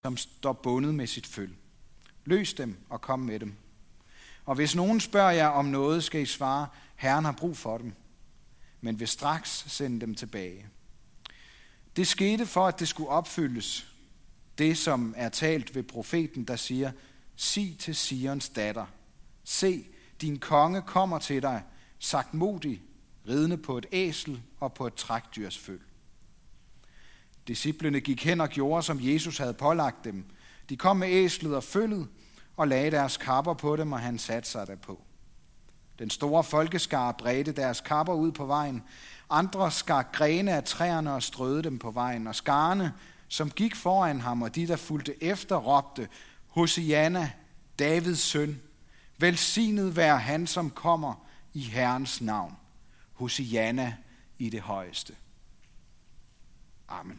som står bundet med sit føl. Løs dem og kom med dem. Og hvis nogen spørger jer om noget, skal I svare, Herren har brug for dem, men vil straks sende dem tilbage. Det skete for, at det skulle opfyldes, det som er talt ved profeten, der siger, sig til Sions datter, se, din konge kommer til dig, sagtmodig, ridende på et æsel og på et trækdyrs føl. Disciplene gik hen og gjorde, som Jesus havde pålagt dem. De kom med æslet og følget og lagde deres kapper på dem, og han satte sig derpå. Den store folkeskare bredte deres kapper ud på vejen. Andre skar grene af træerne og strøede dem på vejen. Og skarne, som gik foran ham, og de, der fulgte efter, råbte, Hosianna, Davids søn, velsignet være han, som kommer i Herrens navn. Hosianna i det højeste. Amen.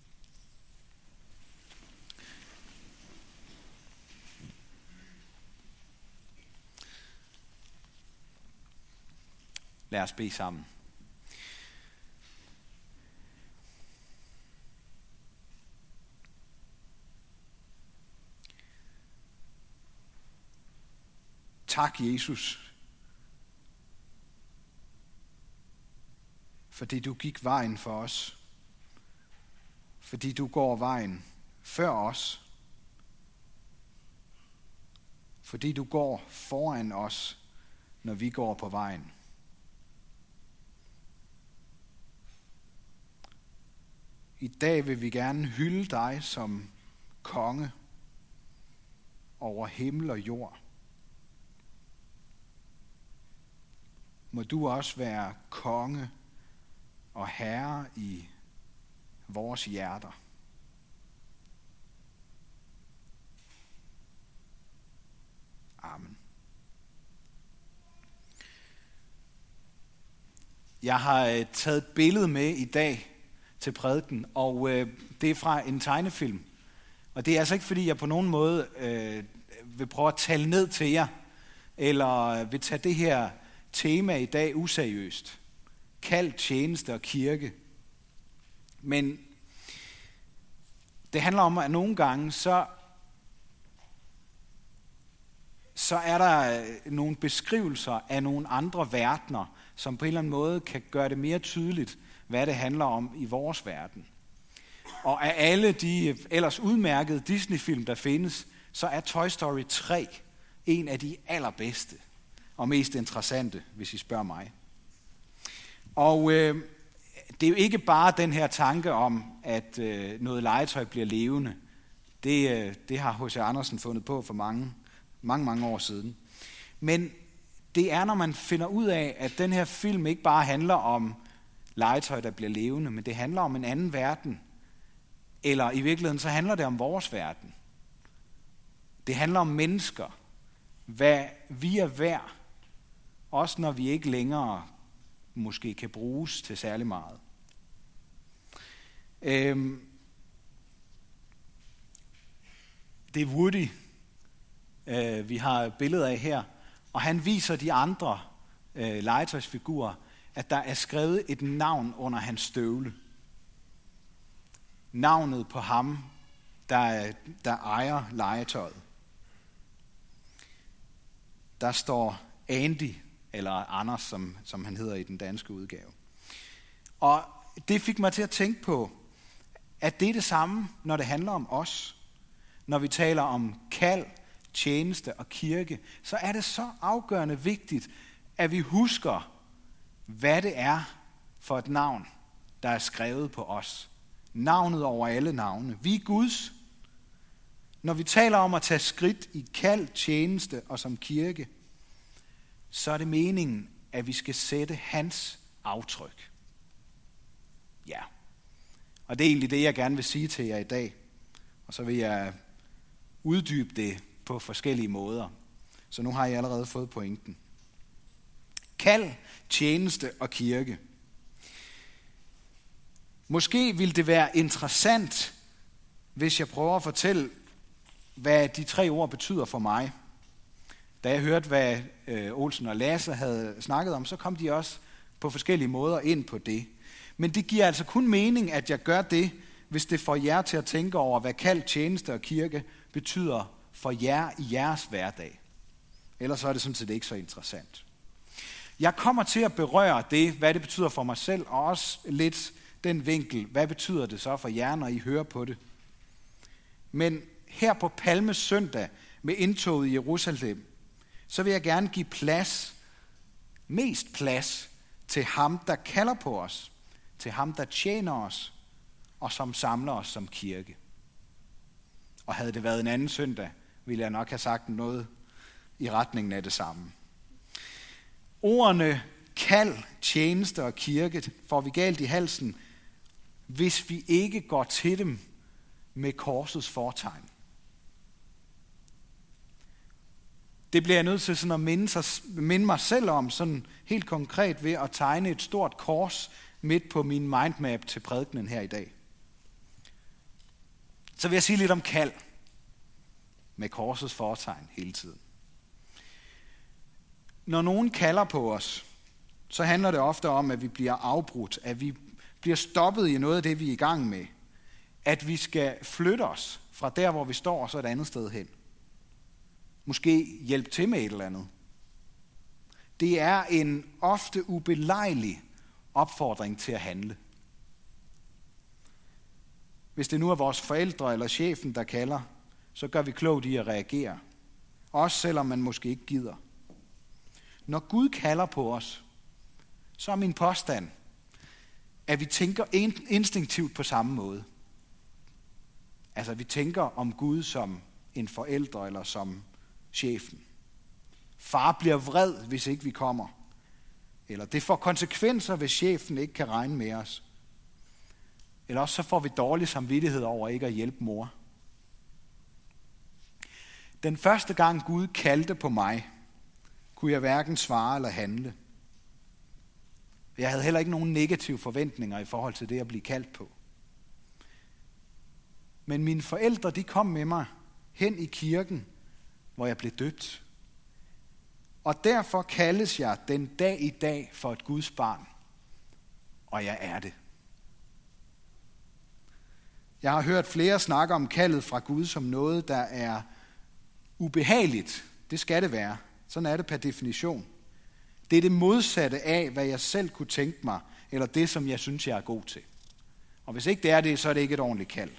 Lad os bede sammen. Tak, Jesus, fordi du gik vejen for os, fordi du går vejen før os, fordi du går foran os, når vi går på vejen. I dag vil vi gerne hylde dig som konge over himmel og jord. Må du også være konge og herre i vores hjerter. Amen. Jeg har taget et billede med i dag til prædiken, og det er fra en tegnefilm. Og det er altså ikke, fordi jeg på nogen måde vil prøve at tale ned til jer, eller vil tage det her tema i dag useriøst. Kald, tjeneste og kirke. Men det handler om, at nogle gange, så er der nogle beskrivelser af nogle andre verdener, som på en eller anden måde kan gøre det mere tydeligt, hvad det handler om i vores verden. Og af alle de ellers udmærkede Disney-film, der findes, så er Toy Story 3 en af de allerbedste og mest interessante, hvis I spørger mig. Og det er jo ikke bare den her tanke om, at noget legetøj bliver levende. Det har H.C. Andersen fundet på for mange år siden. Men det er, når man finder ud af, at den her film ikke bare handler om legetøj, der bliver levende, men det handler om en anden verden. Eller i virkeligheden, så handler det om vores verden. Det handler om mennesker. Hvad vi er værd, også når vi ikke længere måske kan bruges til særlig meget. Det er Woody, vi har billeder af her, og han viser de andre legetøjsfigurer, at der er skrevet et navn under hans støvle. Navnet på ham, der ejer legetøjet. Der står Andy, eller Anders, som han hedder i den danske udgave. Og det fik mig til at tænke på, at det er det samme, når det handler om os. Når vi taler om kald, tjeneste og kirke, så er det så afgørende vigtigt, at vi husker, hvad det er for et navn, der er skrevet på os. Navnet over alle navne. Vi er Guds. Når vi taler om at tage skridt i kald, tjeneste og som kirke, så er det meningen, at vi skal sætte hans aftryk. Ja. Og det er egentlig det, jeg gerne vil sige til jer i dag. Og så vil jeg uddybe det på forskellige måder. Så nu har I allerede fået pointen. Kald, tjeneste og kirke. Måske ville det være interessant, hvis jeg prøver at fortælle, hvad de 3 ord betyder for mig. Da jeg hørte, hvad Olsen og Lasse havde snakket om, så kom de også på forskellige måder ind på det. Men det giver altså kun mening, at jeg gør det, hvis det får jer til at tænke over, hvad kald, tjeneste og kirke betyder for jer i jeres hverdag. Ellers er det sådan set ikke så interessant. Jeg kommer til at berøre det, hvad det betyder for mig selv, og også lidt den vinkel, hvad betyder det så for jer, når I hører på det. Men her på Palmes søndag med indtoget i Jerusalem, så vil jeg gerne give mest plads til ham, der kalder på os, til ham, der tjener os, og som samler os som kirke. Og havde det været en anden søndag, ville jeg nok have sagt noget i retningen af det samme. Ordene kald, tjeneste og kirke får vi galt i halsen, hvis vi ikke går til dem med korsets fortegn. Det bliver jeg nødt til sådan at minde mig selv om, sådan helt konkret ved at tegne et stort kors midt på min mindmap til prædikenen her i dag. Så vil jeg sige lidt om kald med korsets fortegn hele tiden. Når nogen kalder på os, så handler det ofte om, at vi bliver afbrudt, at vi bliver stoppet i noget af det, vi er i gang med. At vi skal flytte os fra der, hvor vi står, og så et andet sted hen. Måske hjælpe til med et eller andet. Det er en ofte ubelejlig opfordring til at handle. Hvis det nu er vores forældre eller chefen, der kalder, så gør vi klogt i at reagere. Også selvom man måske ikke gider. Når Gud kalder på os, så er min påstand, at vi tænker instinktivt på samme måde. Altså vi tænker om Gud som en forælder eller som chefen. Far bliver vred, hvis ikke vi kommer. Eller det får konsekvenser, hvis chefen ikke kan regne med os. Eller også så får vi dårlig samvittighed over ikke at hjælpe mor. Den første gang Gud kaldte på mig, kunne jeg hverken svare eller handle. Jeg havde heller ikke nogen negative forventninger i forhold til det at blive kaldt på. Men mine forældre, de kom med mig hen i kirken, hvor jeg blev døbt. Og derfor kaldes jeg den dag i dag for et Guds barn. Og jeg er det. Jeg har hørt flere snakke om kaldet fra Gud som noget, der er ubehageligt. Det skal det være. Sådan er det per definition. Det er det modsatte af, hvad jeg selv kunne tænke mig, eller det, som jeg synes, jeg er god til. Og hvis ikke det er det, så er det ikke et ordentligt kald.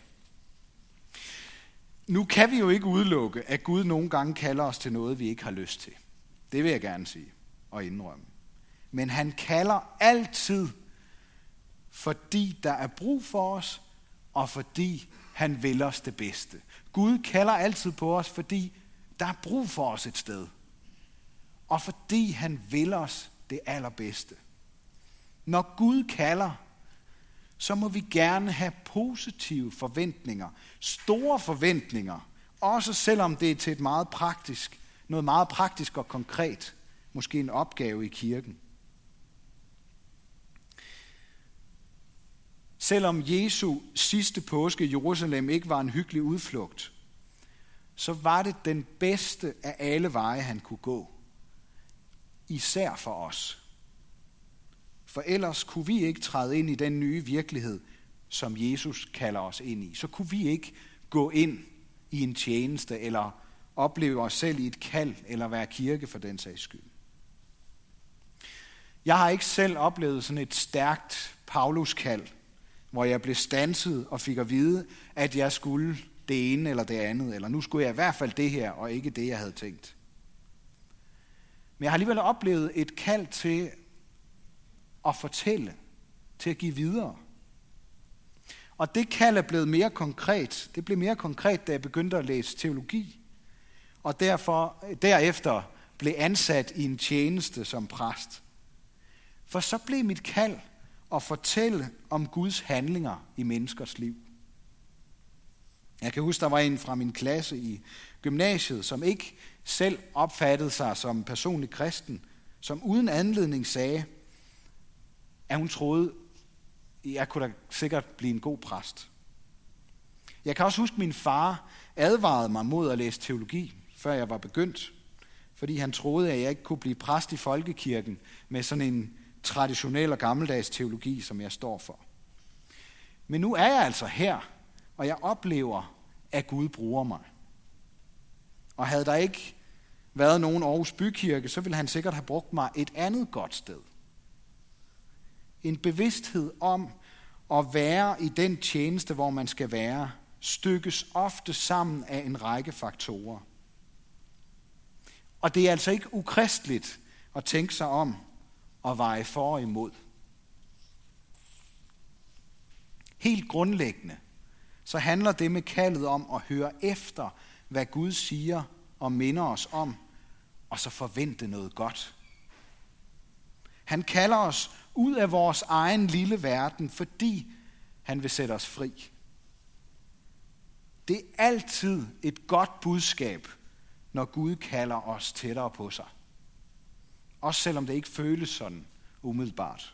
Nu kan vi jo ikke udelukke, at Gud nogle gange kalder os til noget, vi ikke har lyst til. Det vil jeg gerne sige og indrømme. Men han kalder altid, fordi der er brug for os, og fordi han vil os det bedste. Gud kalder altid på os, fordi der er brug for os et sted. Og fordi han vil os det allerbedste. Når Gud kalder, så må vi gerne have positive forventninger. Store forventninger. Også selvom det er til noget meget praktisk og konkret. Måske en opgave i kirken. Selvom Jesu sidste påske i Jerusalem ikke var en hyggelig udflugt, så var det den bedste af alle veje, han kunne gå. Især for os. For ellers kunne vi ikke træde ind i den nye virkelighed, som Jesus kalder os ind i. Så kunne vi ikke gå ind i en tjeneste, eller opleve os selv i et kald, eller være kirke for den sags skyld. Jeg har ikke selv oplevet sådan et stærkt Paulus-kald, hvor jeg blev standset og fik at vide, at jeg skulle det ene eller det andet, eller nu skulle jeg i hvert fald det her, og ikke det, jeg havde tænkt. Men jeg har alligevel oplevet et kald til at fortælle, til at give videre. Og det kald er blevet mere konkret. Det blev mere konkret, da jeg begyndte at læse teologi, og derefter blev ansat i en tjeneste som præst. For så blev mit kald at fortælle om Guds handlinger i menneskers liv. Jeg kan huske, der var en fra min klasse i gymnasiet, som ikke selv opfattede sig som personlig kristen, som uden anledning sagde, at hun troede, at jeg kunne da sikkert blive en god præst. Jeg kan også huske, at min far advarede mig mod at læse teologi, før jeg var begyndt, fordi han troede, at jeg ikke kunne blive præst i folkekirken med sådan en traditionel og gammeldags teologi, som jeg står for. Men nu er jeg altså her, og jeg oplever, at Gud bruger mig. Og havde der ikke været nogen Aarhus Bykirke, så ville han sikkert have brugt mig et andet godt sted. En bevidsthed om at være i den tjeneste, hvor man skal være, stykkes ofte sammen af en række faktorer. Og det er altså ikke ukristeligt at tænke sig om og veje for og imod. Helt grundlæggende, så handler det med kaldet om at høre efter, hvad Gud siger og minder os om, og så forvente noget godt. Han kalder os ud af vores egen lille verden, fordi han vil sætte os fri. Det er altid et godt budskab, når Gud kalder os tættere på sig. Også selvom det ikke føles sådan umiddelbart.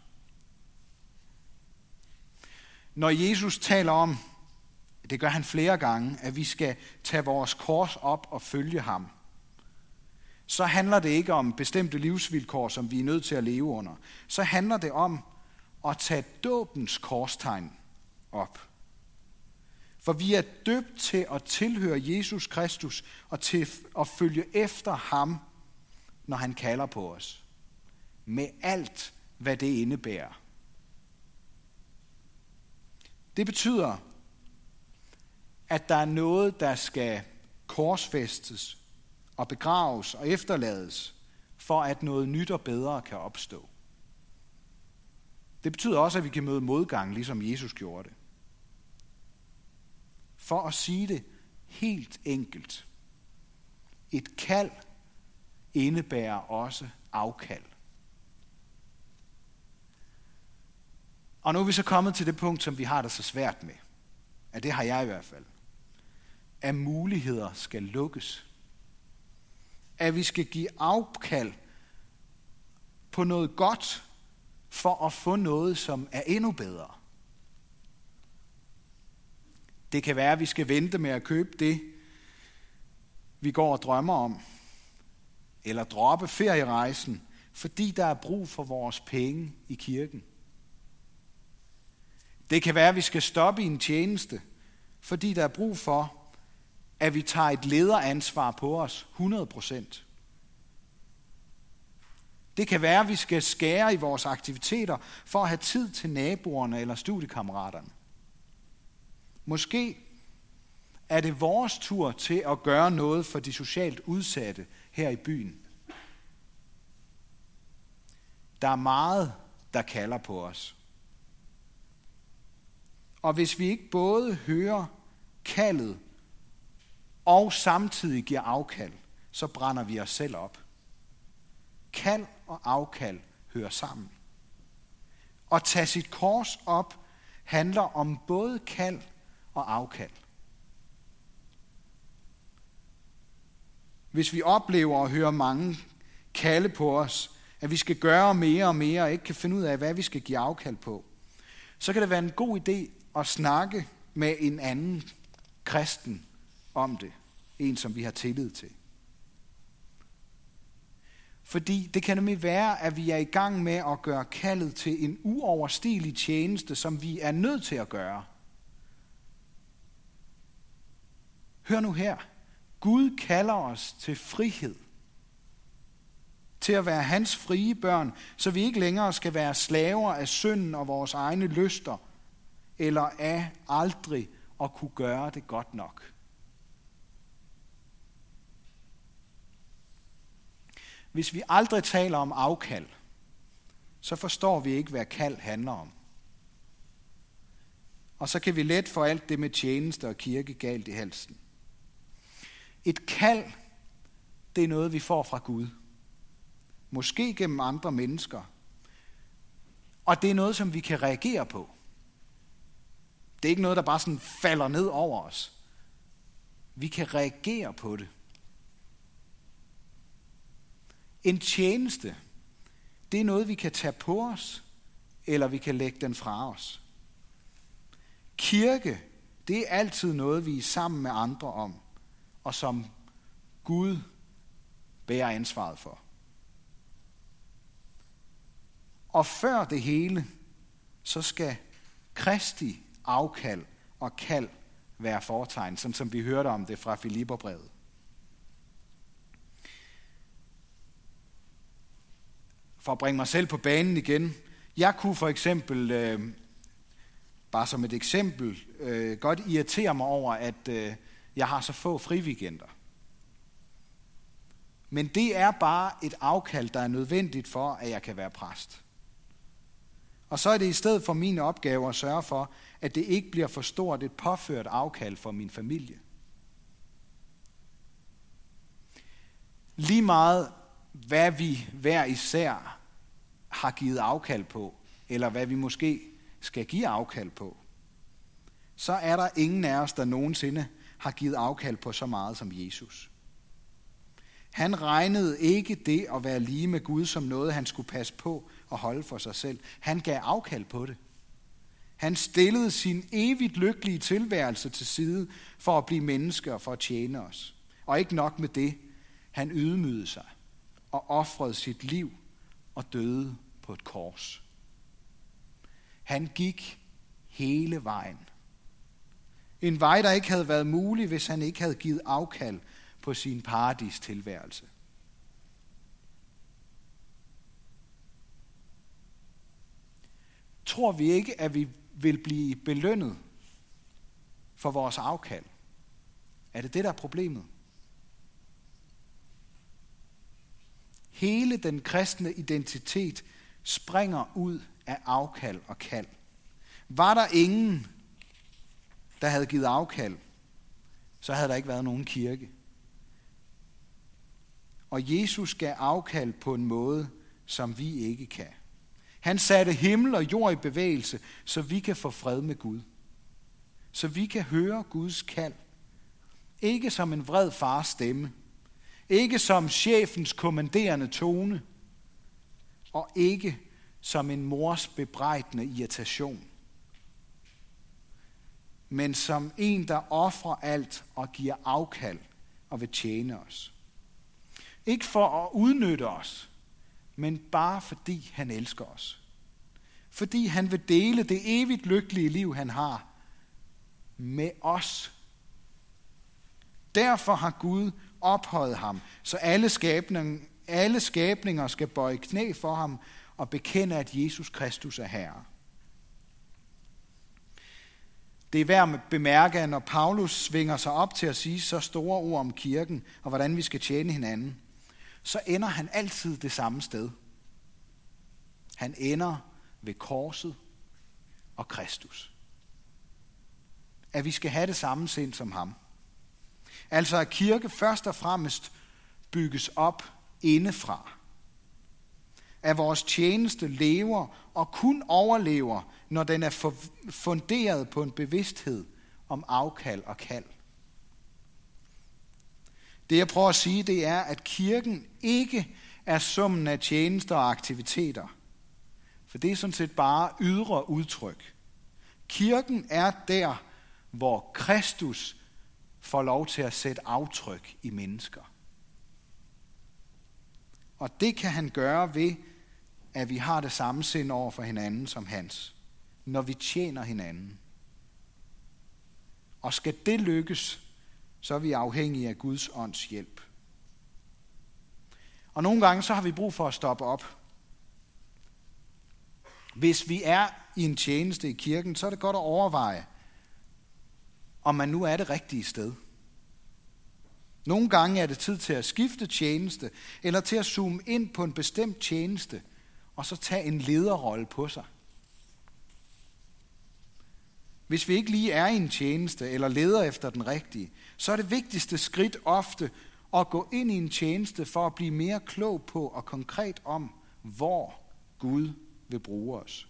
Når Jesus taler om, det gør han flere gange, at vi skal tage vores kors op og følge ham, så handler det ikke om bestemte livsvilkår, som vi er nødt til at leve under. Så handler det om at tage dåbens korstegn op. For vi er døbt til at tilhøre Jesus Kristus og til at følge efter ham, når han kalder på os. Med alt, hvad det indebærer. Det betyder, at der er noget, der skal korsfæstes og begraves og efterlades, for at noget nyt og bedre kan opstå. Det betyder også, at vi kan møde modgang, ligesom Jesus gjorde det. For at sige det helt enkelt. Et kald indebærer også afkald. Og nu er vi så kommet til det punkt, som vi har det så svært med. Ja, det har jeg i hvert fald. At muligheder skal lukkes. At vi skal give afkald på noget godt, for at få noget, som er endnu bedre. Det kan være, at vi skal vente med at købe det, vi går og drømmer om. Eller droppe ferierejsen, fordi der er brug for vores penge i kirken. Det kan være, at vi skal stoppe i en tjeneste, fordi der er brug for, at vi tager et lederansvar på os 100%. Det kan være, at vi skal skære i vores aktiviteter for at have tid til naboerne eller studiekammeraterne. Måske er det vores tur til at gøre noget for de socialt udsatte her i byen. Der er meget, der kalder på os. Og hvis vi ikke både hører kaldet og samtidig giver afkald, så brænder vi os selv op. Kald og afkald hører sammen. At tage sit kors op handler om både kald og afkald. Hvis vi oplever og hører mange kalde på os, at vi skal gøre mere og mere og ikke kan finde ud af, hvad vi skal give afkald på, så kan det være en god idé at snakke med en anden kristen om det. En, som vi har tillid til. Fordi det kan nemlig være, at vi er i gang med at gøre kaldet til en uoverstigelig tjeneste, som vi er nødt til at gøre. Hør nu her. Gud kalder os til frihed. Til at være hans frie børn, så vi ikke længere skal være slaver af synden og vores egne lyster, eller af aldrig at kunne gøre det godt nok. Hvis vi aldrig taler om afkald, så forstår vi ikke, hvad kald handler om. Og så kan vi let få alt det med tjeneste og kirke galt i halsen. Et kald, det er noget, vi får fra Gud. Måske gennem andre mennesker. Og det er noget, som vi kan reagere på. Det er ikke noget, der bare sådan falder ned over os. Vi kan reagere på det. En tjeneste, det er noget, vi kan tage på os, eller vi kan lægge den fra os. Kirke, det er altid noget, vi er sammen med andre om, og som Gud bærer ansvaret for. Og før det hele, så skal Kristi afkald og kald være fortegn, sådan som vi hørte om det fra Filipperbrevet. For at bringe mig selv på banen igen. Jeg kunne for eksempel, bare som et eksempel, godt irritere mig over, at jeg har så få friweekender. Men det er bare et afkald, der er nødvendigt for, at jeg kan være præst. Og så er det i stedet for min opgave at sørge for, at det ikke bliver for stort et påført afkald for min familie. Lige meget, hvad vi hver især har givet afkald på, eller hvad vi måske skal give afkald på, så er der ingen af os, der nogensinde har givet afkald på så meget som Jesus. Han regnede ikke det at være lige med Gud som noget, han skulle passe på og holde for sig selv. Han gav afkald på det. Han stillede sin evigt lykkelige tilværelse til side for at blive menneske og for at tjene os. Og ikke nok med det, han ydmygede sig og ofrede sit liv og døde på et kors. Han gik hele vejen. En vej, der ikke havde været mulig, hvis han ikke havde givet afkald på sin paradistilværelse. Tror vi ikke, at vi vil blive belønnet for vores afkald? Er det det, der er problemet? Hele den kristne identitet springer ud af afkald og kald. Var der ingen, der havde givet afkald, så havde der ikke været nogen kirke. Og Jesus gav afkald på en måde, som vi ikke kan. Han satte himmel og jord i bevægelse, så vi kan få fred med Gud. Så vi kan høre Guds kald. Ikke som en vred fars stemme. Ikke som chefens kommanderende tone. Og ikke som en mors bebrejdende irritation. Men som en, der ofrer alt og giver afkald og vil tjene os. Ikke for at udnytte os, men bare fordi han elsker os. Fordi han vil dele det evigt lykkelige liv, han har, med os. Derfor har Gud ophøjet ham, så alle skabninger skal bøje knæ for ham og bekende, at Jesus Kristus er Herre. Det er værd at bemærke, at når Paulus svinger sig op til at sige så store ord om kirken og hvordan vi skal tjene hinanden, så ender han altid det samme sted. Han ender ved korset og Kristus. At vi skal have det samme sind som ham. Altså at kirke først og fremmest bygges op indefra. At vores tjeneste lever og kun overlever, når den er funderet på en bevidsthed om afkald og kald. Det jeg prøver at sige, det er, at kirken ikke er summen af tjenester og aktiviteter. For det er sådan set bare ydre udtryk. Kirken er der, hvor Kristus får lov til at sætte aftryk i mennesker. Og det kan han gøre ved, at vi har det samme sind over for hinanden som hans, når vi tjener hinanden. Og skal det lykkes, så er vi afhængige af Guds ånds hjælp. Og nogle gange så har vi brug for at stoppe op. Hvis vi er i en tjeneste i kirken, så er det godt at overveje, om man nu er det rigtige sted. Nogle gange er det tid til at skifte tjeneste, eller til at zoome ind på en bestemt tjeneste, og så tage en lederrolle på sig. Hvis vi ikke lige er i en tjeneste, eller leder efter den rigtige, så er det vigtigste skridt ofte at gå ind i en tjeneste for at blive mere klog på og konkret om, hvor Gud vil bruge os.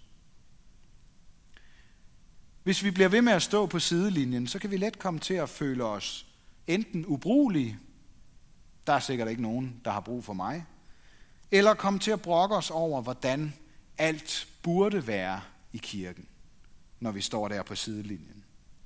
Hvis vi bliver ved med at stå på sidelinjen, så kan vi let komme til at føle os enten ubrugelige, der er sikkert ikke nogen, der har brug for mig, eller komme til at brokke os over, hvordan alt burde være i kirken, når vi står der på sidelinjen.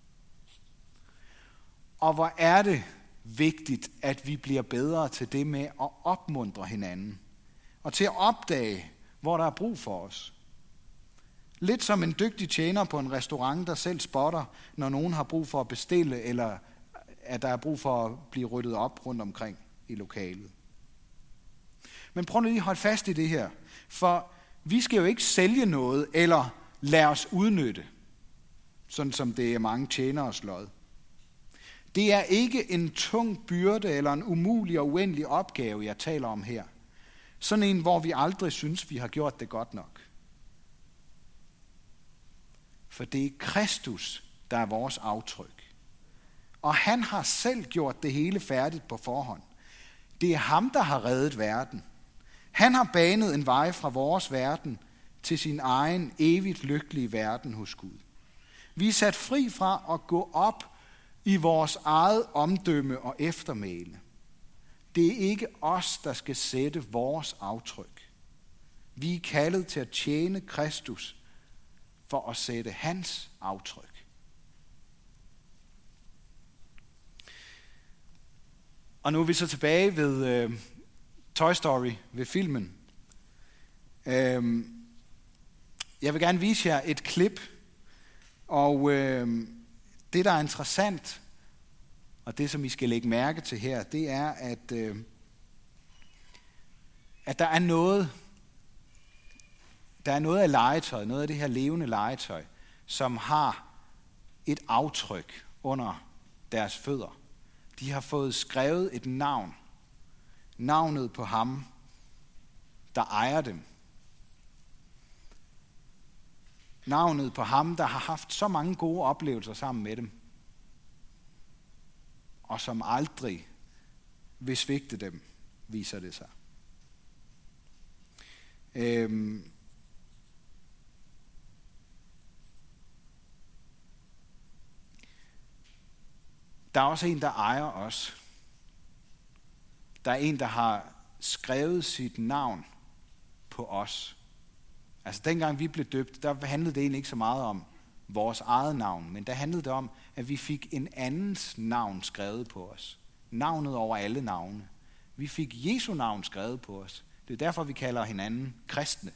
Og hvor er det vigtigt, at vi bliver bedre til det med at opmuntre hinanden, og til at opdage, hvor der er brug for os. Lidt som en dygtig tjener på en restaurant, der selv spotter, når nogen har brug for at bestille, eller at der er brug for at blive ryddet op rundt omkring i lokalet. Men prøv lige at holde fast i det her, for vi skal jo ikke sælge noget, eller lade os udnytte, sådan som det er mange tjeneres lod. Det er ikke en tung byrde eller en umulig og uendelig opgave, jeg taler om her. Sådan en, hvor vi aldrig synes, vi har gjort det godt nok. For det er Kristus, der er vores aftryk. Og han har selv gjort det hele færdigt på forhånd. Det er ham, der har reddet verden. Han har banet en vej fra vores verden til sin egen evigt lykkelige verden hos Gud. Vi er sat fri fra at gå op i vores eget omdømme og eftermæle. Det er ikke os, der skal sætte vores aftryk. Vi er kaldet til at tjene Kristus for at sætte hans aftryk. Og nu er vi så tilbage ved Toy Story, ved filmen. Jeg vil gerne vise jer et klip, og det, der er interessant, og det, som I skal lægge mærke til her, det er, at der er noget af legetøj, noget af det her levende legetøj, som har et aftryk under deres fødder. De har fået skrevet et navn. Navnet på ham, der ejer dem. Navnet på ham, der har haft så mange gode oplevelser sammen med dem, og som aldrig vil svigte dem, viser det sig. Der er også en, der ejer os. Der er en, der har skrevet sit navn på os. Altså dengang vi blev døbt, der handlede det egentlig ikke så meget om vores eget navn, men der handlede det om, at vi fik en andens navn skrevet på os. Navnet over alle navne. Vi fik Jesu navn skrevet på os. Det er derfor, vi kalder hinanden kristne.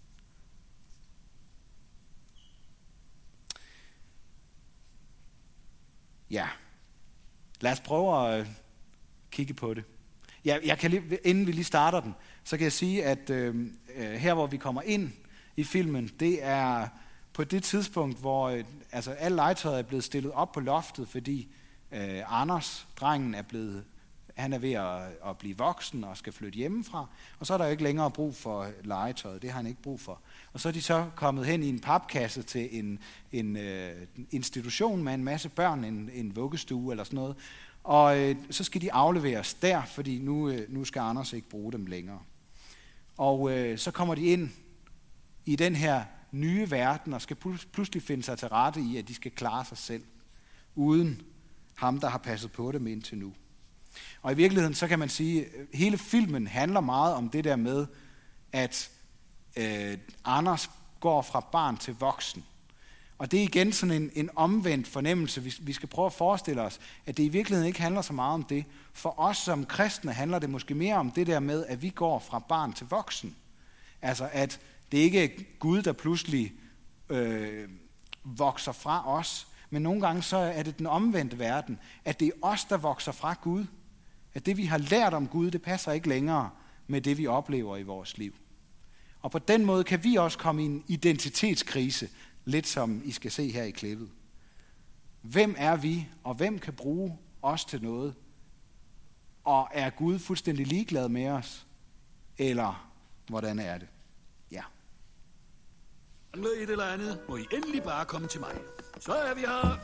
Ja, lad os prøve at kigge på det. Jeg kan lige, inden vi lige starter den, så kan jeg sige, at her hvor vi kommer ind i filmen, det er på det tidspunkt, hvor alle legetøjet er blevet stillet op på loftet, fordi Anders, drengen, han er ved at blive voksen og skal flytte hjemmefra, og så er der jo ikke længere brug for legetøjet, det har han ikke brug for. Og så er de så kommet hen i en papkasse til en institution med en masse børn, en vuggestue eller sådan noget, og så skal de afleveres der, fordi nu skal Anders ikke bruge dem længere. Og så kommer de ind i den her nye verden og skal pludselig finde sig til rette i, at de skal klare sig selv, uden ham, der har passet på dem indtil nu. Og i virkeligheden, så kan man sige, at hele filmen handler meget om det der med, at Anders går fra barn til voksen. Og det er igen sådan en omvendt fornemmelse. Vi skal prøve at forestille os, at det i virkeligheden ikke handler så meget om det. For os som kristne handler det måske mere om det der med, at vi går fra barn til voksen. Altså at det ikke er Gud, der pludselig vokser fra os, men nogle gange så er det den omvendte verden, at det er os, der vokser fra Gud. At det, vi har lært om Gud, det passer ikke længere med det, vi oplever i vores liv. Og på den måde kan vi også komme i en identitetskrise, lidt som I skal se her i klippet. Hvem er vi, og hvem kan bruge os til noget? Og er Gud fuldstændig ligeglad med os? Eller hvordan er det? Ja. Mangler et eller andet, må I endelig bare komme til mig. Så er vi her.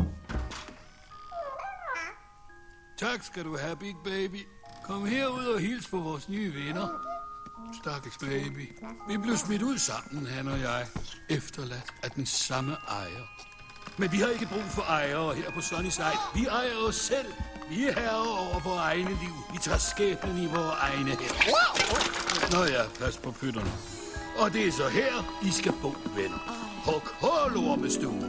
Tak skal du have, Big Baby. Kom herud og hils på vores nye venner. Stakkels baby. Vi blev smidt ud sammen, han og jeg. Efterladt af den samme ejer. Men vi har ikke brug for ejere her på Sunnyside. Vi ejer os selv. Vi er herrer over vores egne liv. Vi tager skæbnen i vores egne hænder. Nå ja, pas på pytterne. Og det er så her, I skal bo, venner. Huk hålormestue.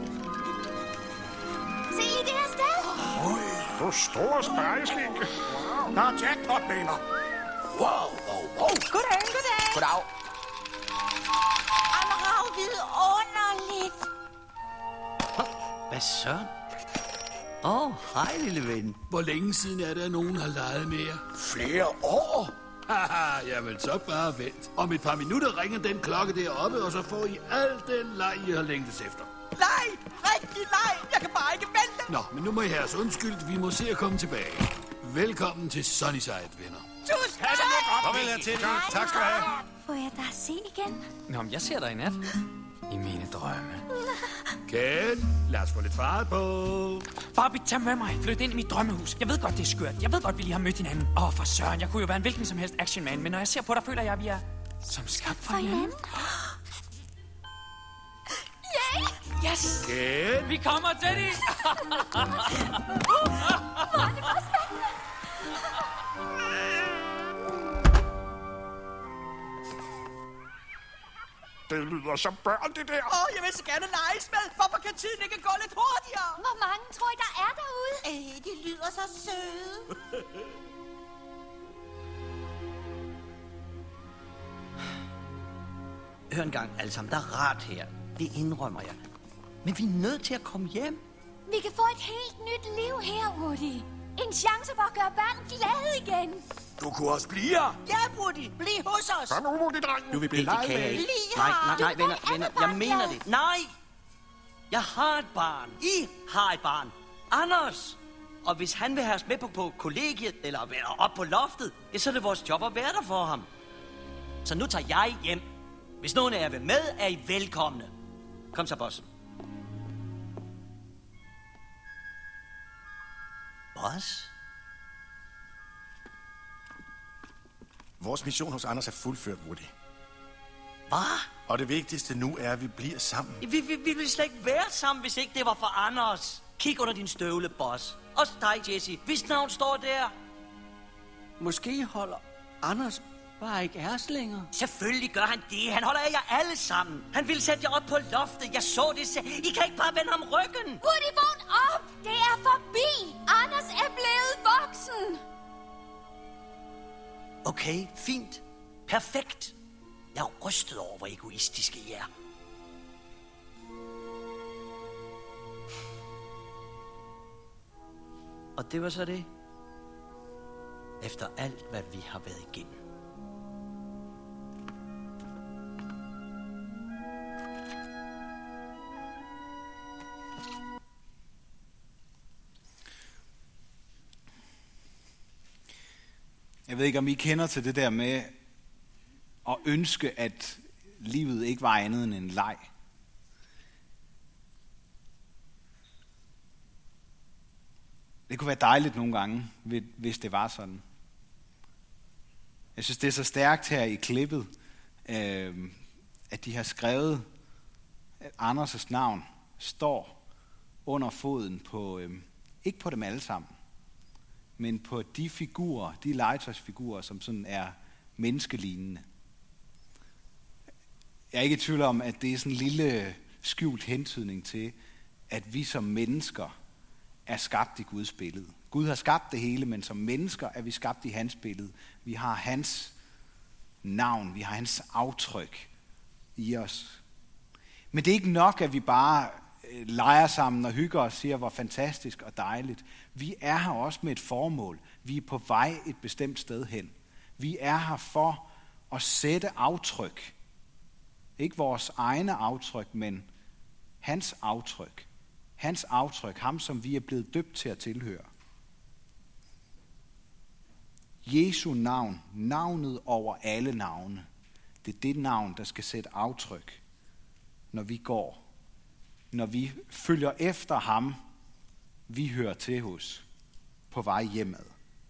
Se lige det her sted. Du store spejslinke. Der er jackpot, venner. Wow. Goddag. Goddag. Amager vidunderligt. dejligt. Hvad så? Hej lille ven. Hvor længe siden er det, at nogen har leget med jer? Flere år? Haha, jamen så bare vent. Om et par minutter ringer den klokke deroppe, og så får I al den leg, I har længtes efter. Leg! Rigtig leg! Jeg kan bare ikke vente! Nå, men nu må I have os undskyldt. Vi må se at komme tilbage. Velkommen til Sunnyside, venner. Tusind tak! Farvel hertil. Tak skal du have. Får jeg dig at se igen? Nå, men jeg ser dig i nat. I mine drømme. Ken, lad os få lidt fart på. Bobby, tag med mig. Flyt ind i mit drømmehus. Jeg ved godt, det er skørt. Jeg ved godt, vi lige har mødt hinanden. For søren, jeg kunne jo være en hvilken som helst actionman. Men når jeg ser på dig, føler jeg, at vi er som skabt for hinanden. Yeah! Yes! Ken. Vi kommer til det! Hvor er det bare spændende! Det lyder som børn, det der. Jeg vil så gerne leges med. Hvorfor kan tiden ikke gå lidt hurtigere? Hvor mange tror I, der er derude? De lyder så søde. Hør en gang, alle sammen. Der er rart her. Det indrømmer jeg. Men vi er nødt til at komme hjem. Vi kan få et helt nyt liv her, Woody. En chance for at gøre børn glade igen. Du kunne også blive her. Ja, Woody. Bliv hos os. Kom nu, Woody, dreng. Du vil blive Det kan jeg ikke. Nej, venner. Jeg mener det. Nej! Jeg har et barn. I har et barn. Anders! Og hvis han vil have os med på kollegiet, eller op på loftet, ja, så er det vores job at være der for ham. Så nu tager jeg hjem. Hvis nogen af jer vil med, er I velkomne. Kom så, boss. Boss? Vores mission hos Anders er fuldført, Woody. Hvad? Og det vigtigste nu er, at vi bliver sammen. Vi ville slet ikke være sammen, hvis ikke det var for Anders. Kig under din støvle, boss. Også dig, Jesse. Hvis navn står der. Måske holder Anders bare ikke af os længere. Selvfølgelig gør han det. Han holder af jer alle sammen. Han ville sætte jer op på loftet. Jeg så det selv. I kan ikke bare vende ham ryggen. Woody, vågn op! Det er forbi! Anders er blevet voksen! Okay, fint. Perfekt. Jeg er rystet over, hvor egoistiske I er. Og det var så det. Efter alt, hvad vi har været igennem. Jeg ved ikke, om I kender til det der med at ønske, at livet ikke var andet end en leg. Det kunne være dejligt nogle gange, hvis det var sådan. Jeg synes, det er så stærkt her i klippet, at de har skrevet, at Anders' navn står under foden på, ikke på dem alle sammen, men på de figurer, de legetøjsfigurer, som sådan er menneskelignende. Jeg er ikke i tvivl om, at det er sådan en lille skjult hentydning til, at vi som mennesker er skabt i Guds billede. Gud har skabt det hele, men som mennesker er vi skabt i hans billede. Vi har hans navn, vi har hans aftryk i os. Men det er ikke nok, at vi bare leger sammen og hygger os og siger, hvor fantastisk og dejligt. Vi er her også med et formål. Vi er på vej et bestemt sted hen. Vi er her for at sætte aftryk. Ikke vores egne aftryk, men hans aftryk. Hans aftryk, ham som vi er blevet døbt til at tilhøre. Jesu navn, navnet over alle navne. Det er det navn, der skal sætte aftryk, når vi går. Når vi følger efter ham, vi hører til hos, på vej hjemad.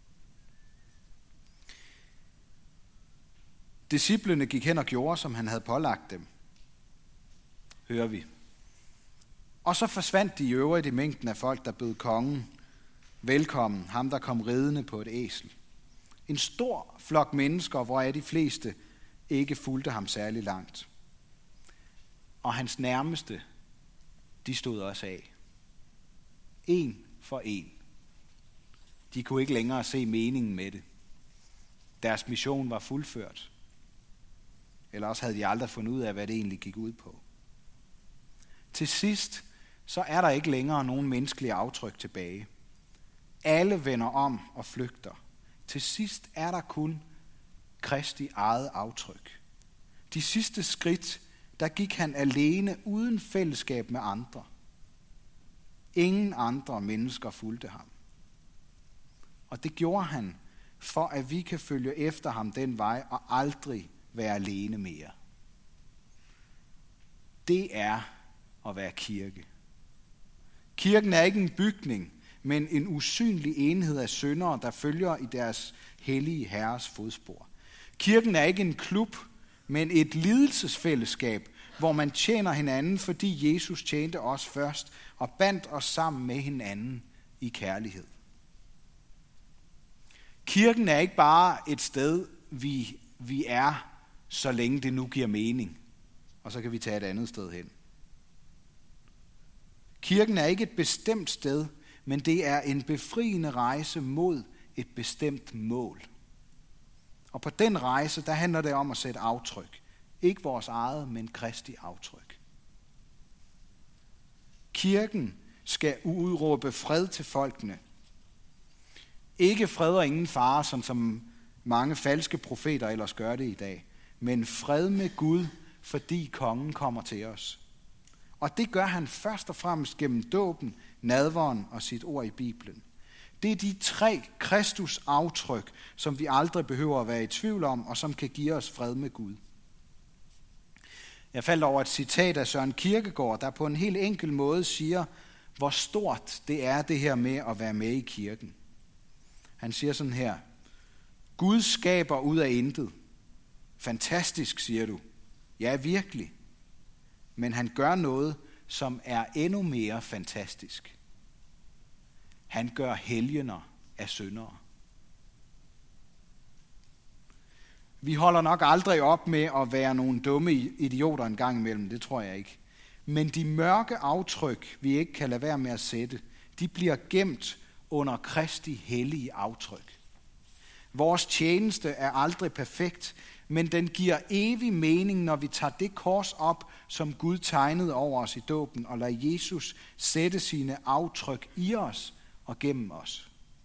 Disciplene gik hen og gjorde, som han havde pålagt dem. Hører vi. Og så forsvandt de i øvrigt i mængden af folk, der bød kongen velkommen, ham der kom ridende på et æsel. En stor flok mennesker, hvoraf de fleste ikke fulgte ham særlig langt. Og hans nærmeste, de stod også af. En for en. De kunne ikke længere se meningen med det. Deres mission var fuldført. Eller også havde de aldrig fundet ud af, hvad det egentlig gik ud på. Til sidst, så er der ikke længere nogen menneskelige aftryk tilbage. Alle vender om og flygter. Til sidst er der kun Kristi eget aftryk. De sidste skridt, der gik han alene uden fællesskab med andre. Ingen andre mennesker fulgte ham. Og det gjorde han, for at vi kan følge efter ham den vej og aldrig være alene mere. Det er at være kirke. Kirken er ikke en bygning, men en usynlig enhed af syndere, der følger i deres hellige herres fodspor. Kirken er ikke en klub, men et lidelsesfællesskab, hvor man tjener hinanden, fordi Jesus tjente os først og bandt os sammen med hinanden i kærlighed. Kirken er ikke bare et sted, vi er, så længe det nu giver mening, og så kan vi tage et andet sted hen. Kirken er ikke et bestemt sted, men det er en befriende rejse mod et bestemt mål. Og på den rejse, der handler det om at sætte aftryk. Ikke vores eget, men Kristi aftryk. Kirken skal udråbe fred til folkene. Ikke fred og ingen fare, som mange falske profeter ellers gør det i dag, men fred med Gud, fordi kongen kommer til os. Og det gør han først og fremmest gennem dåben, nadveren og sit ord i Bibelen. Det er de 3 Kristus aftryk, som vi aldrig behøver at være i tvivl om, og som kan give os fred med Gud. Jeg faldt over et citat af Søren Kierkegaard, der på en helt enkel måde siger, hvor stort det er det her med at være med i kirken. Han siger sådan her: Gud skaber ud af intet. Fantastisk, siger du. Ja, virkelig. Men han gør noget, som er endnu mere fantastisk. Han gør helgener af syndere. Vi holder nok aldrig op med at være nogle dumme idioter en gang imellem, det tror jeg ikke. Men de mørke aftryk, vi ikke kan lade være med at sætte, de bliver gemt under Kristi hellige aftryk. Vores tjeneste er aldrig perfekt, men den giver evig mening, når vi tager det kors op, som Gud tegnede over os i dåben, og lader Jesus sætte sine aftryk i os og gennem os.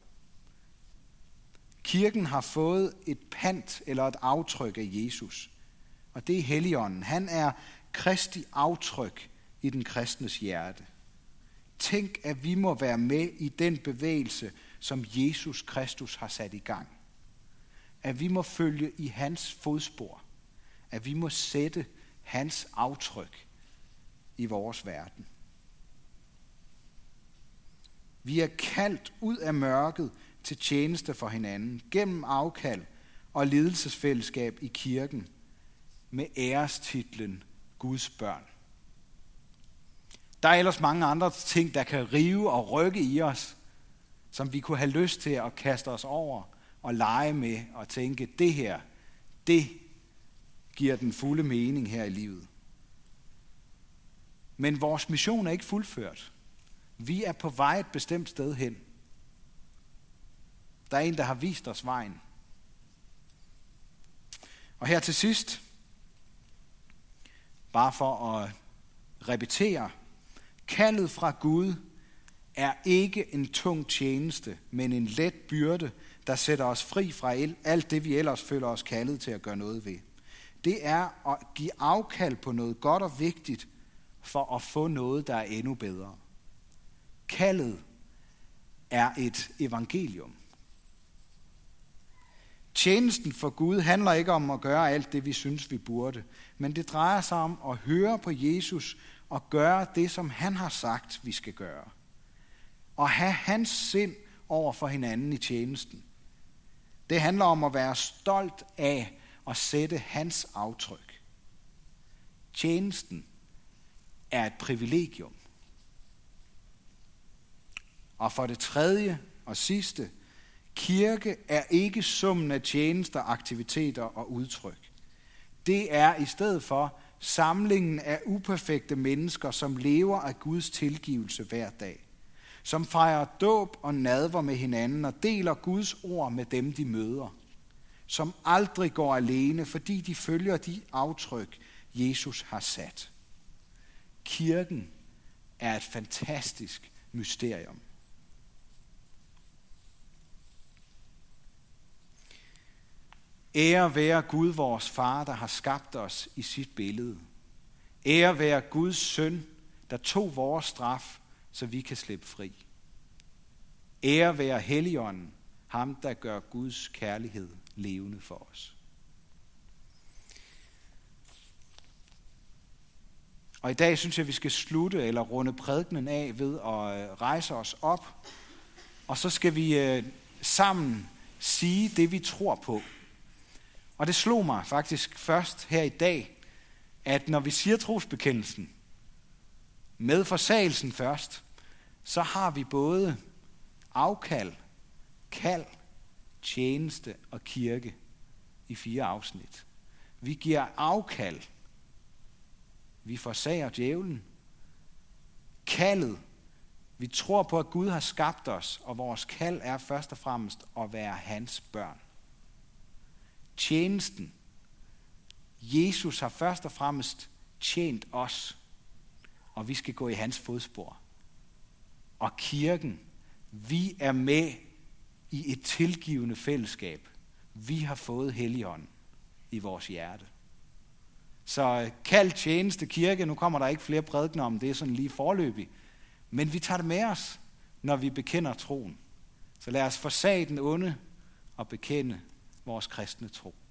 Kirken har fået et pant eller et aftryk af Jesus, og det er Helligånden. Han er Kristi aftryk i den kristnes hjerte. Tænk, at vi må være med i den bevægelse, som Jesus Kristus har sat i gang. At vi må følge i hans fodspor. At vi må sætte hans aftryk i vores verden. Vi er kaldt ud af mørket til tjeneste for hinanden, gennem afkald og lidelsesfællesskab i kirken, med ærestitlen Guds børn. Der er ellers mange andre ting, der kan rive og rykke i os, som vi kunne have lyst til at kaste os over og lege med og tænke, det her, det giver den fulde mening her i livet. Men vores mission er ikke fuldført. Vi er på vej et bestemt sted hen. Der er en, der har vist os vejen. Og her til sidst, bare for at repetere, kaldet fra Gud er ikke en tung tjeneste, men en let byrde, der sætter os fri fra alt det, vi ellers føler os kaldet til at gøre noget ved. Det er at give afkald på noget godt og vigtigt, for at få noget, der er endnu bedre. Kaldet er et evangelium. Tjenesten for Gud handler ikke om at gøre alt det, vi synes, vi burde, men det drejer sig om at høre på Jesus og gøre det, som han har sagt, vi skal gøre. Og have hans sind over for hinanden i tjenesten. Det handler om at være stolt af at sætte hans aftryk. Tjenesten er et privilegium. Og for det tredje og sidste, kirke er ikke summen af tjenester, aktiviteter og udtryk. Det er i stedet for samlingen af uperfekte mennesker, som lever af Guds tilgivelse hver dag. Som fejrer dåb og nadver med hinanden og deler Guds ord med dem, de møder. Som aldrig går alene, fordi de følger de aftryk, Jesus har sat. Kirken er et fantastisk mysterium. Ære være Gud, vores far, der har skabt os i sit billede. Ære være Guds søn, der tog vores straf, så vi kan slippe fri. Ære være Helligånden, ham der gør Guds kærlighed levende for os. Og i dag synes jeg, vi skal slutte eller runde prædikenen af ved at rejse os op. Og så skal vi sammen sige det, vi tror på. Og det slog mig faktisk først her i dag, at når vi siger trosbekendelsen med forsagelsen først, så har vi både afkald, kald, tjeneste og kirke i 4 afsnit. Vi giver afkald. Vi forsager djævlen. Kaldet. Vi tror på, at Gud har skabt os, og vores kald er først og fremmest at være hans børn. Tjenesten. Jesus har først og fremmest tjent os, og vi skal gå i hans fodspor. Og kirken, vi er med i et tilgivende fællesskab. Vi har fået Helligånden i vores hjerte. Så kald, tjeneste, kirke, nu kommer der ikke flere prædikener om det, sådan lige forløbig, men vi tager det med os, når vi bekender troen. Så lad os forsage den onde og bekende vores kristne tro.